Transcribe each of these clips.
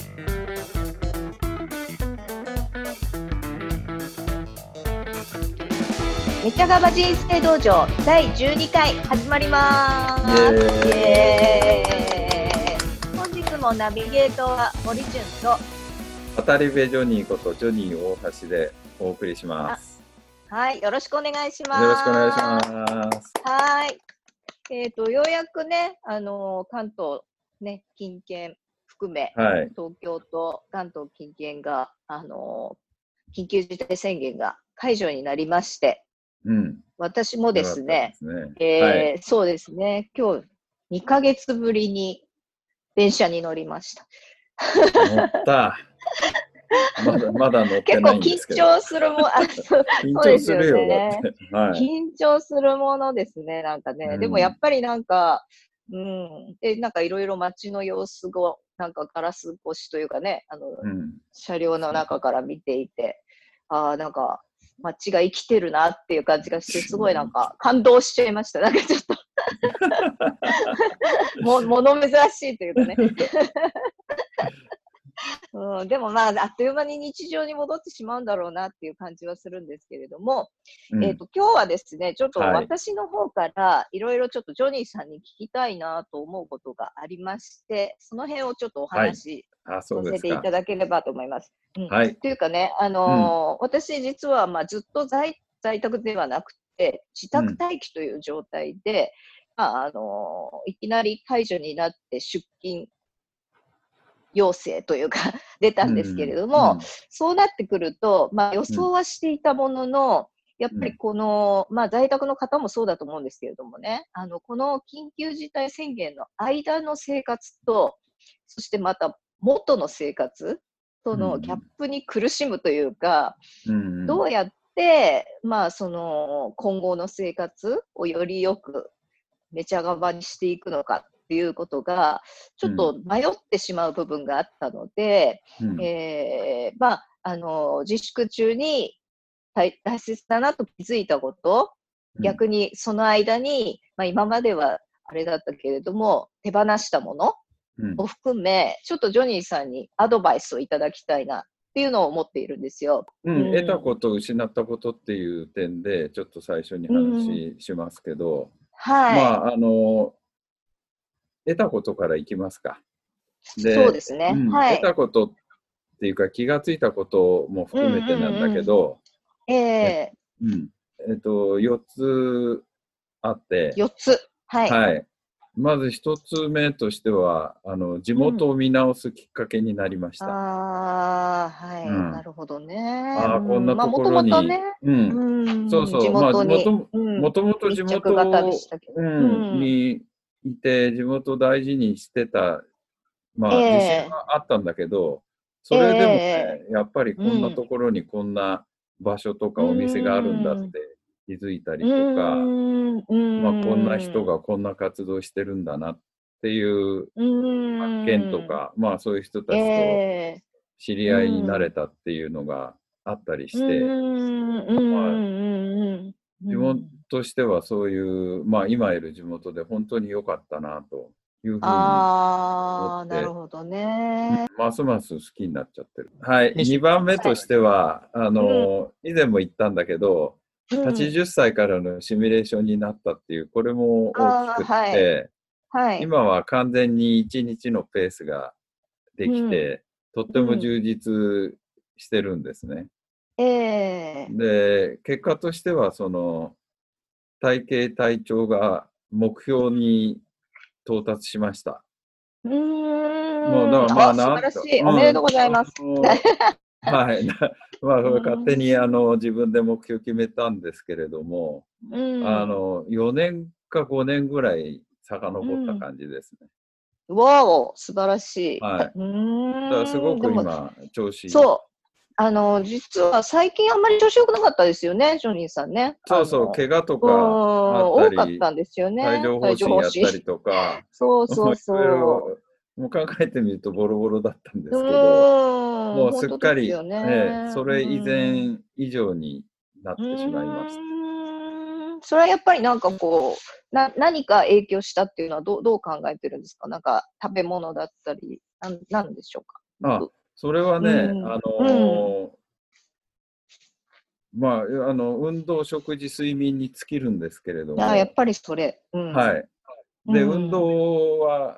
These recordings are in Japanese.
めちゃがば人生道場第12回始まります。イエーイ。本日もナビゲートは森潤と渡り部ジョニーことジョニー大橋でお送りします。 はい、よろしくお願いします。 よろしくお願いします。 はい。ようやくね、関東ね、近県含め、 はい、 東京と関東近県が、緊急事態宣言が解除になりまして、 うん、 私もですね、 はい、 そうですね、今日2ヶ月ぶりに電車に乗りました。 乗った。まだ乗ってないんですけど。 結構緊張するも緊張するよ、だって。はい、 緊張するものですね、なんかね。でもやっぱりなんか、で、なんかいろいろ街の様子を、なんかガラス越しというかね、車両の中から見ていて、なんか街が生きてるなっていう感じがして、すごいなんか感動しちゃいました。なんかちょっと物珍しいというかね。でもまあ、あっという間に日常に戻ってしまうんだろうなっていう感じはするんですけれども、今日はですね、ちょっと私の方からいろいろちょっとジョニーさんに聞きたいなと思うことがありまして、その辺をちょっとお話させていただければと思います。というかね、私実はまあずっと在宅ではなくて、自宅待機という状態で、いきなり解除になって出勤要請というか出たんですけれども、そうなってくると、まあ、予想はしていたものの、やっぱりこの、まあ、在宅の方もそうだと思うんですけれどもね、この緊急事態宣言の間の生活と、そしてまた元の生活とのギャップに苦しむというか、どうやって、まあ、その今後の生活をよりよくめちゃがばにしていくのかっていうことがちょっと迷ってしまう部分があったので、まあ、自粛中に大切だなと気づいたこと、逆にその間に、まあ、今まではあれだったけれども手放したものを含め、ちょっとジョニーさんにアドバイスをいただきたいなっていうのを思っているんですよ。 得たこと、失ったことっていう点でちょっと最初に話しますけど、まあ、得たことからいきますか。 そうですね。 得たことっていうか気がついたことも含めてなんだけど、4つあって、 4つ。 はい。まず1つ目としては、地元を見直すきっかけになりました。 なるほどね。 こんなところに、そうそう、まあ、もともと地元にいて、地元を大事にしてた、まあ、自信はあったんだけど、それでもね、やっぱりこんなところにこんな場所とかお店があるんだって気づいたりとか、まあ、こんな人がこんな活動してるんだなっていう発見とか、まあ、そういう人たちと知り合いになれたっていうのがあったりして、自分としてはそういう、まあ、今いる地元で本当に良かったなというふうに思って、 なるほどね。 ますます好きになっちゃってる。はい、2番目としては、以前も言ったんだけど、80歳からのシミュレーションになったっていう、これも大きくて、今は完全に1日のペースができて、とっても充実してるんですね。で、結果としては、その、体型体調が目標に到達しました。 もうだからまあ、素晴らしい。おめでとうございます。 はい。まあ、勝手に自分で目標決めたんですけれども、4年か5年ぐらい遡った感じですね。 わお、素晴らしい。 はい。だからすごく今、調子いい。 そう。実は最近あんまり調子良くなかったですよね、ジョニーさんね。 そうそう、怪我とかあったり、 多かったんですよね。 帯状疱疹やったりとか、 そうそうそう。 いろいろ、もう考えてみるとボロボロだったんですけど、もうすっかり、それ以前以上になってしまいました。 それはやっぱりなんかこう、何か影響したっていうのはどう考えてるんですか？なんか食べ物だったり、なんでしょうか？ あ、それはね、まあ、運動、食事、睡眠に尽きるんですけれども。 やっぱりそれ。 はい。で、運動は、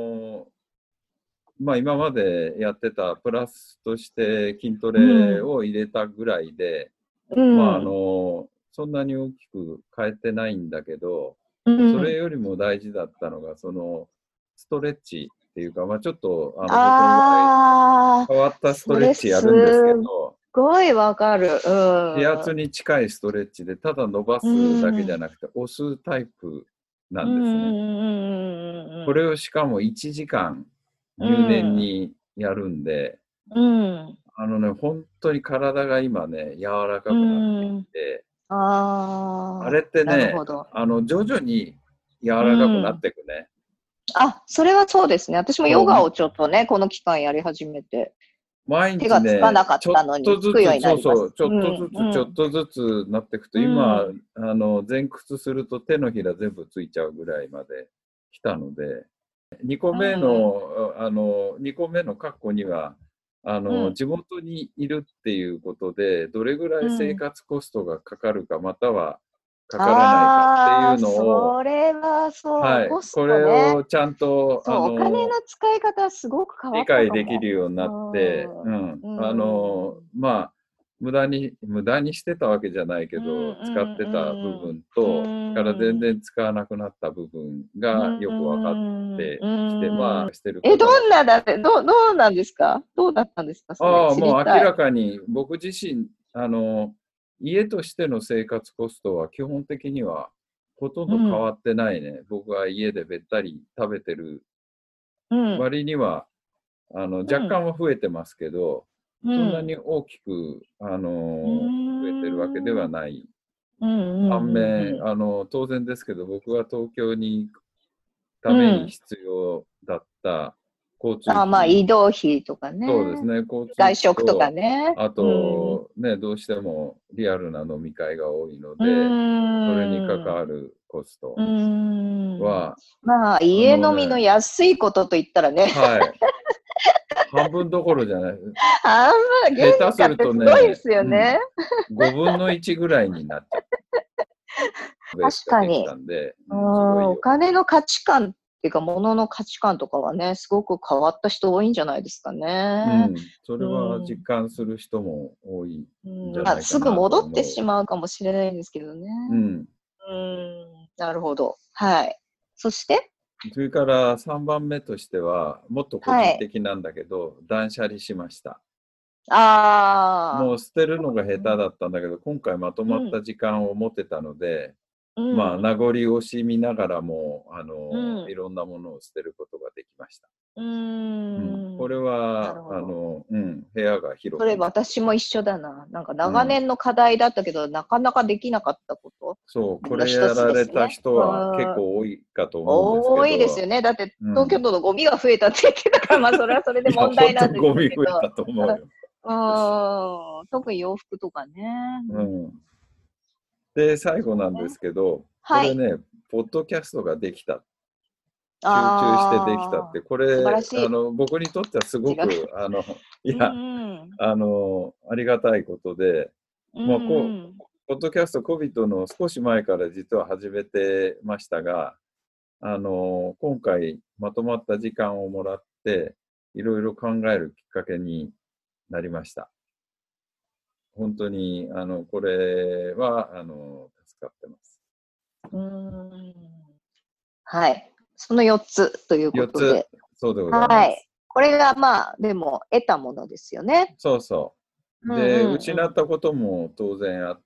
まあ、今までやってたプラスとして筋トレを入れたぐらいで、まあ、そんなに大きく変えてないんだけど、それよりも大事だったのが、その、ストレッチっていうか、まあ、ちょっと、僕の場合、変わったストレッチやるんですけど、 すごいわかる。 指圧に近いストレッチで、ただ伸ばすだけじゃなくて、押すタイプなんですね。これをしかも1時間入念にやるんで、本当に体が今ね、柔らかくなってきて、あれってね、徐々に柔らかくなっていくね。 それはそうですね。私もヨガをちょっとね、この期間やり始めて。 毎日ね、 手がつかなかったのに、 ちょっとずつ、ちょっとずつなっていくと、今、前屈すると手のひら全部ついちゃうぐらいまで来たので、2個目の括弧には、地元にいるっていうことで、どれぐらい生活コストがかかるか、またはかからないかっていうのを、 それはそう、 はい、 コストね。 これをちゃんと、 お金の使い方はすごく変わ理ったかも。 解できるようになって、まあ、無駄にしてたわけじゃないけど、使ってた部分と、から全然使わなくなった部分がよく分かってきて、まあ、してる方どうなんですか？どうだったんですか？ もう明らかに僕自身、家としての生活コストは基本的にはほとんど変わってないね。僕は家でべったり食べてる割には、若干は増えてますけど、そんなに大きく、増えてるわけではない。反面、当然ですけど、僕は東京に行くために必要だった交通費。 まあ、移動費とかね。 そうですね、交通費と外食とかね。 あと、ね、どうしてもリアルな飲み会が多いので、それに関わるコストは。 まあ、家飲みの安いことといったらね。 はい。半分どころじゃない。 下手するとね、すごいですよね。 5分の1ぐらいになっちゃう。 確かに。お金の価値観っていうか、物の価値観とかはね、すごく変わった人多いんじゃないですかね。 それは実感する人も多いんじゃないかな。 すぐ戻ってしまうかもしれないんですけどね。なるほど。はい。そしてそれから3番目としては、もっと個人的なんだけど、断捨離しました。もう捨てるのが下手だったんだけど、今回まとまった時間を持てたので、まあ、名残惜しみながらも、いろんなものを捨てることができました。これは、部屋が広く。 それ私も一緒だな。なんか長年の課題だったけど、なかなかできなかったこと。 そう、これやられた人は結構多いかと思うんですけど。 多いですよね。だって、東京都のゴミが増えたって言ってたから、まあ、それはそれで問題なんですけど。 ゴミ増えたと思うよ。特に洋服とかね。 で、最後なんですけど、これね、ポッドキャストができた。集中してできたって、これ、僕にとってはすごく、ありがたいことで、まあ、ポッドキャスト COVID の少し前から実は始めてましたが、今回まとまった時間をもらって、いろいろ考えるきっかけになりました。本当に、これは、助かってます。 はい。その4つということで。 そうでございます。はい。 これがまあ、でも、得たものですよね。 そうそう。で、失ったことも当然あって、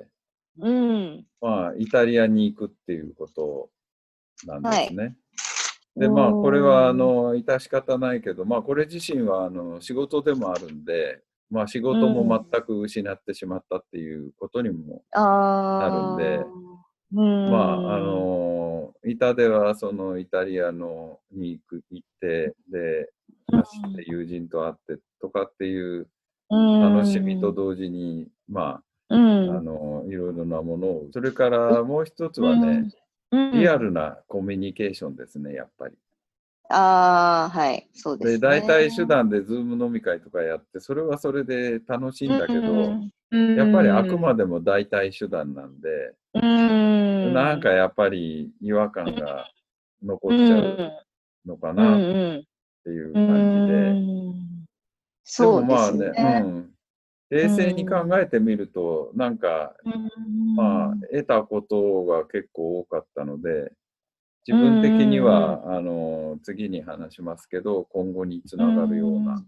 まあ、イタリアに行くっていうことなんですね。で、まあ、これは、致し方ないけど、まあ、これ自身は、仕事でもあるんで、まあ、仕事も全く失ってしまったっていうことにもなるんで、まあ、板ではそのイタリアに行って、で、走って友人と会ってとかっていう楽しみと同時に、まあ、いろいろなものを、それからもう一つはね、リアルなコミュニケーションですね、やっぱり。 ああ、はい。そうですね。 大体手段でズーム飲み会とかやって、それはそれで楽しいんだけど、やっぱりあくまでも代替手段なんで、なんかやっぱり違和感が残っちゃうのかなっていう感じで。でもまあね、冷静に考えてみると、なんか、まあ、得たことが結構多かったので、自分的には、次に話しますけど、今後につながるような、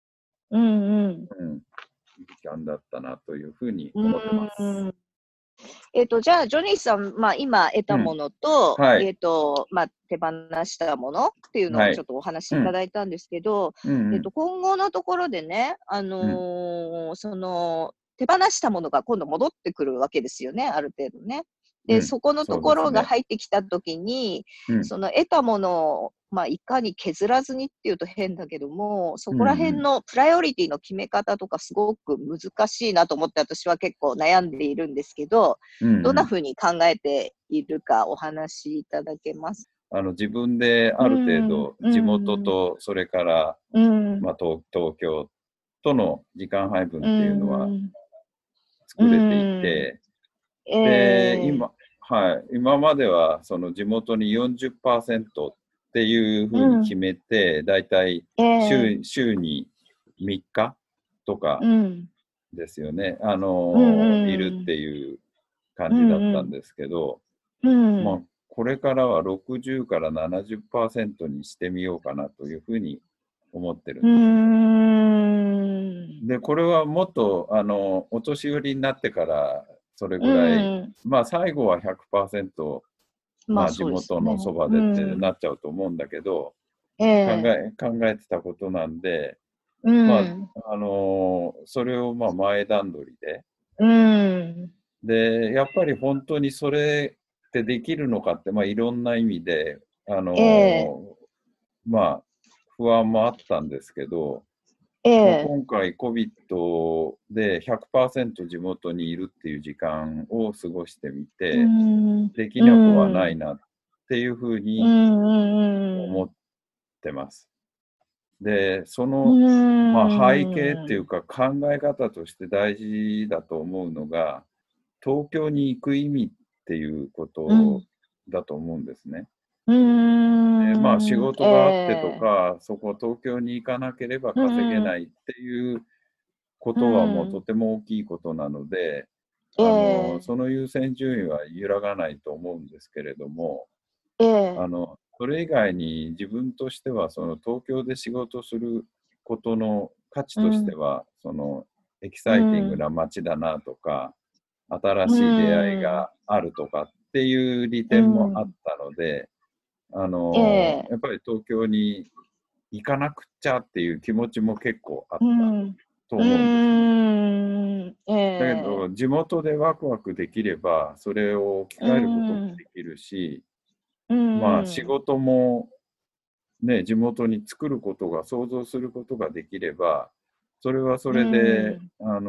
時間だったなというふうに思ってます。 じゃあ、ジョニーさん、まあ、今得たものと、 はい、 まあ、手放したものっていうのをちょっとお話しいただいたんですけど、今後のところでね、手放したものが今度戻ってくるわけですよね、ある程度ね。で、そこのところが入ってきたときに、その得たものを、まあ、いかに削らずにっていうと変だけども、そこら辺のプライオリティの決め方とかすごく難しいなと思って私は結構悩んでいるんですけど、どんなふうに考えているかお話しいただけますか？ 自分である程度地元とそれから、まあ、東京との時間配分っていうのは作れていて、で、今まではその地元に 40% っていうふうに決めて、だいたい週に3日とかですよね、いるっていう感じだったんですけど、まあ、これからは60から 70% にしてみようかなというふうに思ってるんです。で、これはもっとお年寄りになってからそれぐらい、まあ最後は 100%、まあ地元のそばでってなっちゃうと思うんだけど、考えてたことなんで、まあ、それをまあ前段取りで、で、やっぱり本当にそれってできるのかって、まあいろんな意味で、まあ不安もあったんですけど、まあ、今回 COVID で 100% 地元にいるっていう時間を過ごしてみて、できなくはないなっていうふうに思ってます。で、その、まあ、背景っていうか考え方として大事だと思うのが、東京に行く意味っていうことだと思うんですね。まあ仕事があってとか、そこ東京に行かなければ稼げないっていうことはもうとても大きいことなので、その優先順位は揺らがないと思うんですけれども、それ以外に自分としてはその東京で仕事することの価値としては、そのエキサイティングな街だなとか、新しい出会いがあるとかっていう利点もあったので、やっぱり東京に行かなくちゃっていう気持ちも結構あったと思うんですね。だけど、地元でワクワクできれば、それを置き換えることもできるし、まあ仕事もね、地元に作ることが、想像することができれば、それはそれで、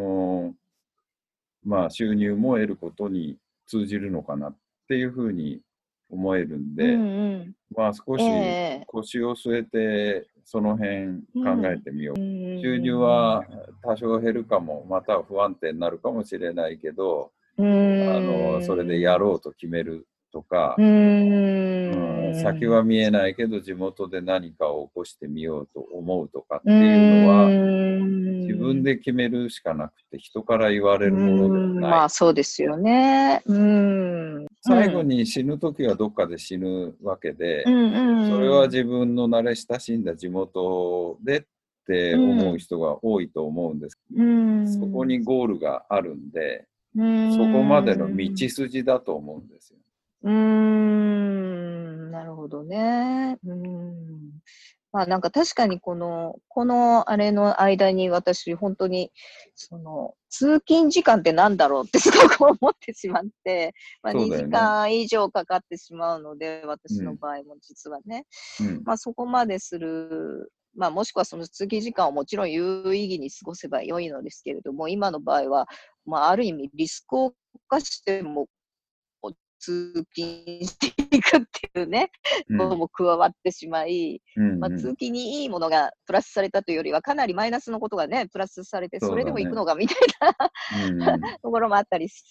まあ収入も得ることに通じるのかなっていうふうに思えるんで、まあ少し腰を据えてその辺考えてみよう。収入は多少減るかも、または不安定になるかもしれないけど、それでやろうと決めるとか、先は見えないけど地元で何かを起こしてみようと思うとかっていうのは、自分で決めるしかなくて、人から言われるものではない。 まあそうですよね。 最後に死ぬときはどっかで死ぬわけで、それは自分の慣れ親しんだ地元でって思う人が多いと思うんです。そこにゴールがあるんで、そこまでの道筋だと思うんですよ。 なるほどね。まあなんか確かにこのあれの間に私本当に通勤時間ってなんだろうってすごく思ってしまって、まあ2時間以上かかってしまうので、私の場合も実はね。まあそこまでする、まあもしくはその通勤時間をもちろん有意義に過ごせば良いのですけれども、今の場合は、まあある意味リスクを冒しても通勤していくっていうね、も加わってしまい、通勤にいいものがプラスされたというよりは、かなりマイナスのことがね、プラスされて、それでも行くのがみたいなところもあったりして、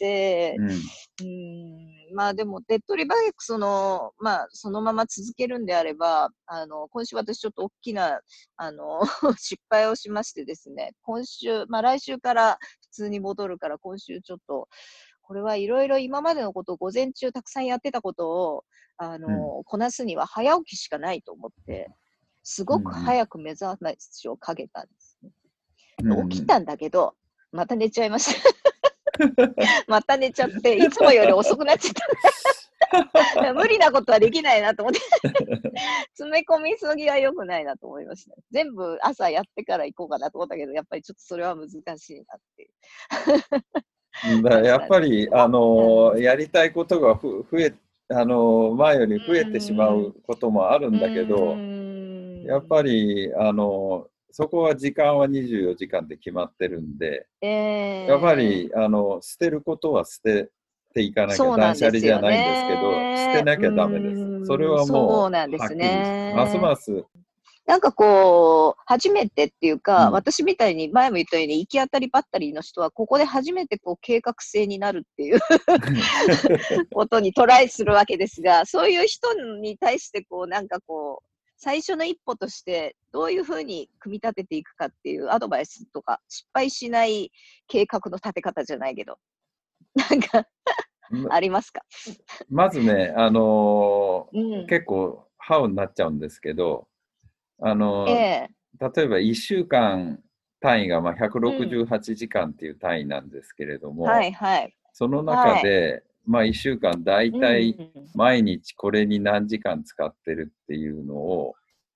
まあでも、手っ取り早くそのまま続けるんであれば、今週私ちょっと大きな、失敗をしましてですね、今週、来週から普通に戻るから、今週ちょっと、これはいろいろ今までのことを午前中たくさんやってたことを、こなすには早起きしかないと思って、すごく早く目覚ましをかけたんですね。起きたんだけど、また寝ちゃいました。また寝ちゃって、いつもより遅くなっちゃった。無理なことはできないなと思って、詰め込みすぎは良くないなと思いました。全部朝やってから行こうかなと思ったけど、やっぱりちょっとそれは難しいなっていう。 やっぱり、やりたいことが増え、前より増えてしまうこともあるんだけど、やっぱり、そこは時間は24時間で決まってるんで、やっぱり捨てることは捨てていかなきゃ、断捨離じゃないんですけど、捨てなきゃダメです。それはもう、はっきり、ますます。 なんかこう、初めてっていうか、私みたいに前も言ったように行き当たりばったりの人は、ここで初めてこう計画性になるっていうことにトライするわけですが、そういう人に対してこう、なんかこう、最初の一歩として、どういうふうに組み立てていくかっていうアドバイスとか、失敗しない計画の立て方じゃないけど、なんかありますか？ まずね、結構、ハウになっちゃうんですけど、例えば1週間単位が168時間っていう単位なんですけれども、その中で、1週間だいたい毎日これに何時間使ってるっていうのを、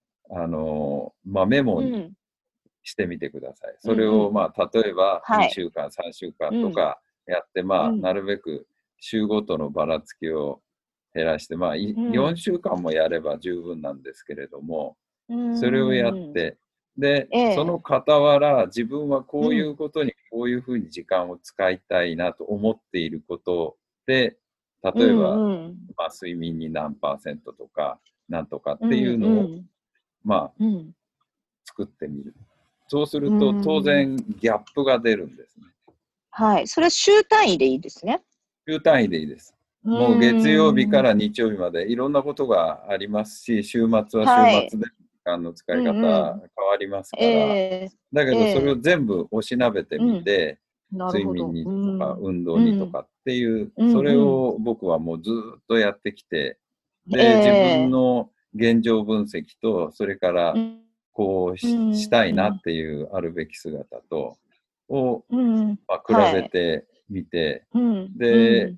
メモにしてみてください。それを例えば2週間、3週間とかやって、なるべく週ごとのばらつきを減らして、4週間もやれば十分なんですけれども、それをやって、で、その傍ら、自分はこういうことにこういうふうに時間を使いたいなと思っていることで、例えば、睡眠に何%とか、なんとかっていうのを、作ってみる。そうすると、当然、ギャップが出るんですね。 はい。それは週単位でいいですね。 週単位でいいです。もう月曜日から日曜日までいろんなことがありますし、週末は週末で時間の使い方変わりますから、だけどそれを全部おしなべてみて、睡眠にとか運動にとかっていう、それを僕はもうずっとやってきて、で、自分の現状分析と、それからこうしたいなっていうあるべき姿と、を、比べてみて、で、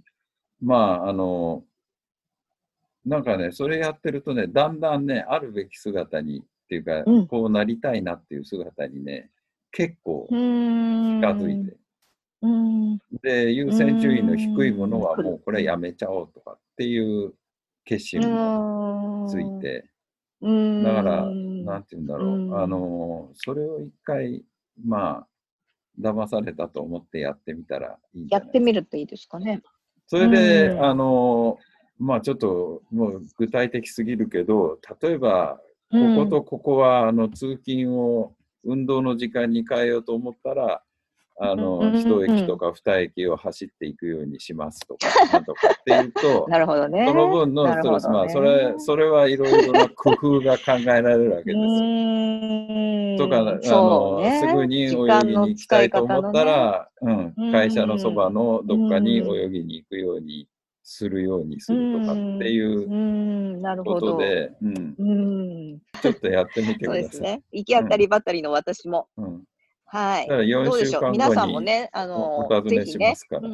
なんかね、それやってるとね、だんだんね、あるべき姿にっていうか、こうなりたいなっていう姿にね、結構近づいて。で、優先順位の低いものはもうこれやめちゃおうとかっていう決心もついて、だから、なんて言うんだろう、それを一回、騙されたと思ってやってみたらいいんじゃないですか。 やってみるといいですかね。 それで、ちょっともう具体的すぎるけど、例えば、こことここは通勤を運動の時間に変えようと思ったら、1駅とか2駅を走っていくようにしますとか、なんとかっていうと、 なるほどね。 その分のストレス、それはいろいろな工夫が考えられるわけですよ。とか、すぐに泳ぎに行きたいと思ったら、会社のそばのどっかに泳ぎに行くようにするようにするとかっていうことで、ちょっとやってみてください。そうですね。 行き当たりばったりの私も。はい。 だから4週間後に皆さんもね、 お尋ねしますから。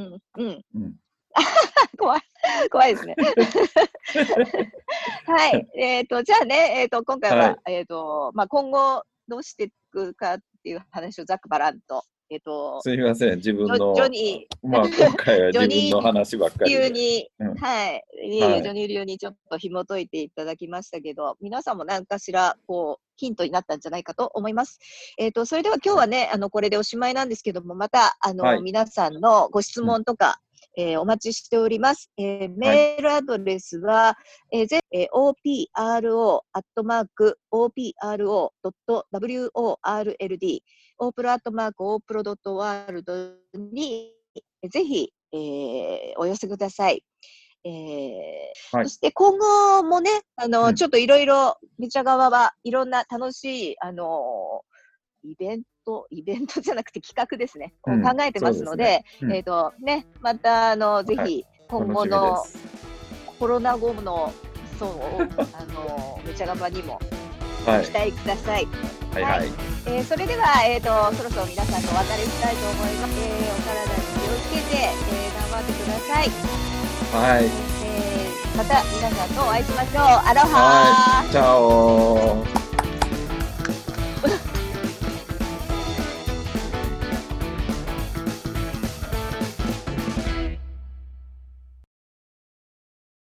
怖いですね。はい。じゃあね、今回は、今後どうしていくかっていう話をざっくばらんと。 すみません、自分の、今回は自分の話ばっかりで。 ジョニー流に、はい。ジョニー流にちょっと紐解いていただきましたけど、皆さんも何かしら、こう、ヒントになったんじゃないかと思います。それでは今日はね、これでおしまいなんですけども、また、皆さんのご質問とか、 お待ちしております。メールアドレスは、opro@opro.world、opro@opro.world にぜひ、お寄せください。そして今後もね、ちょっといろいろ、めちゃ側はいろんな楽しい、イベントじゃなくて企画ですね、考えてますので、また、ぜひ、今後のコロナ後の、めちゃ側にもご期待ください。それでは、そろそろ皆さんとお別れしたいと思います。お体に気をつけて、頑張ってください。また皆さんとお会いしましょう。アロハー。 チャオ。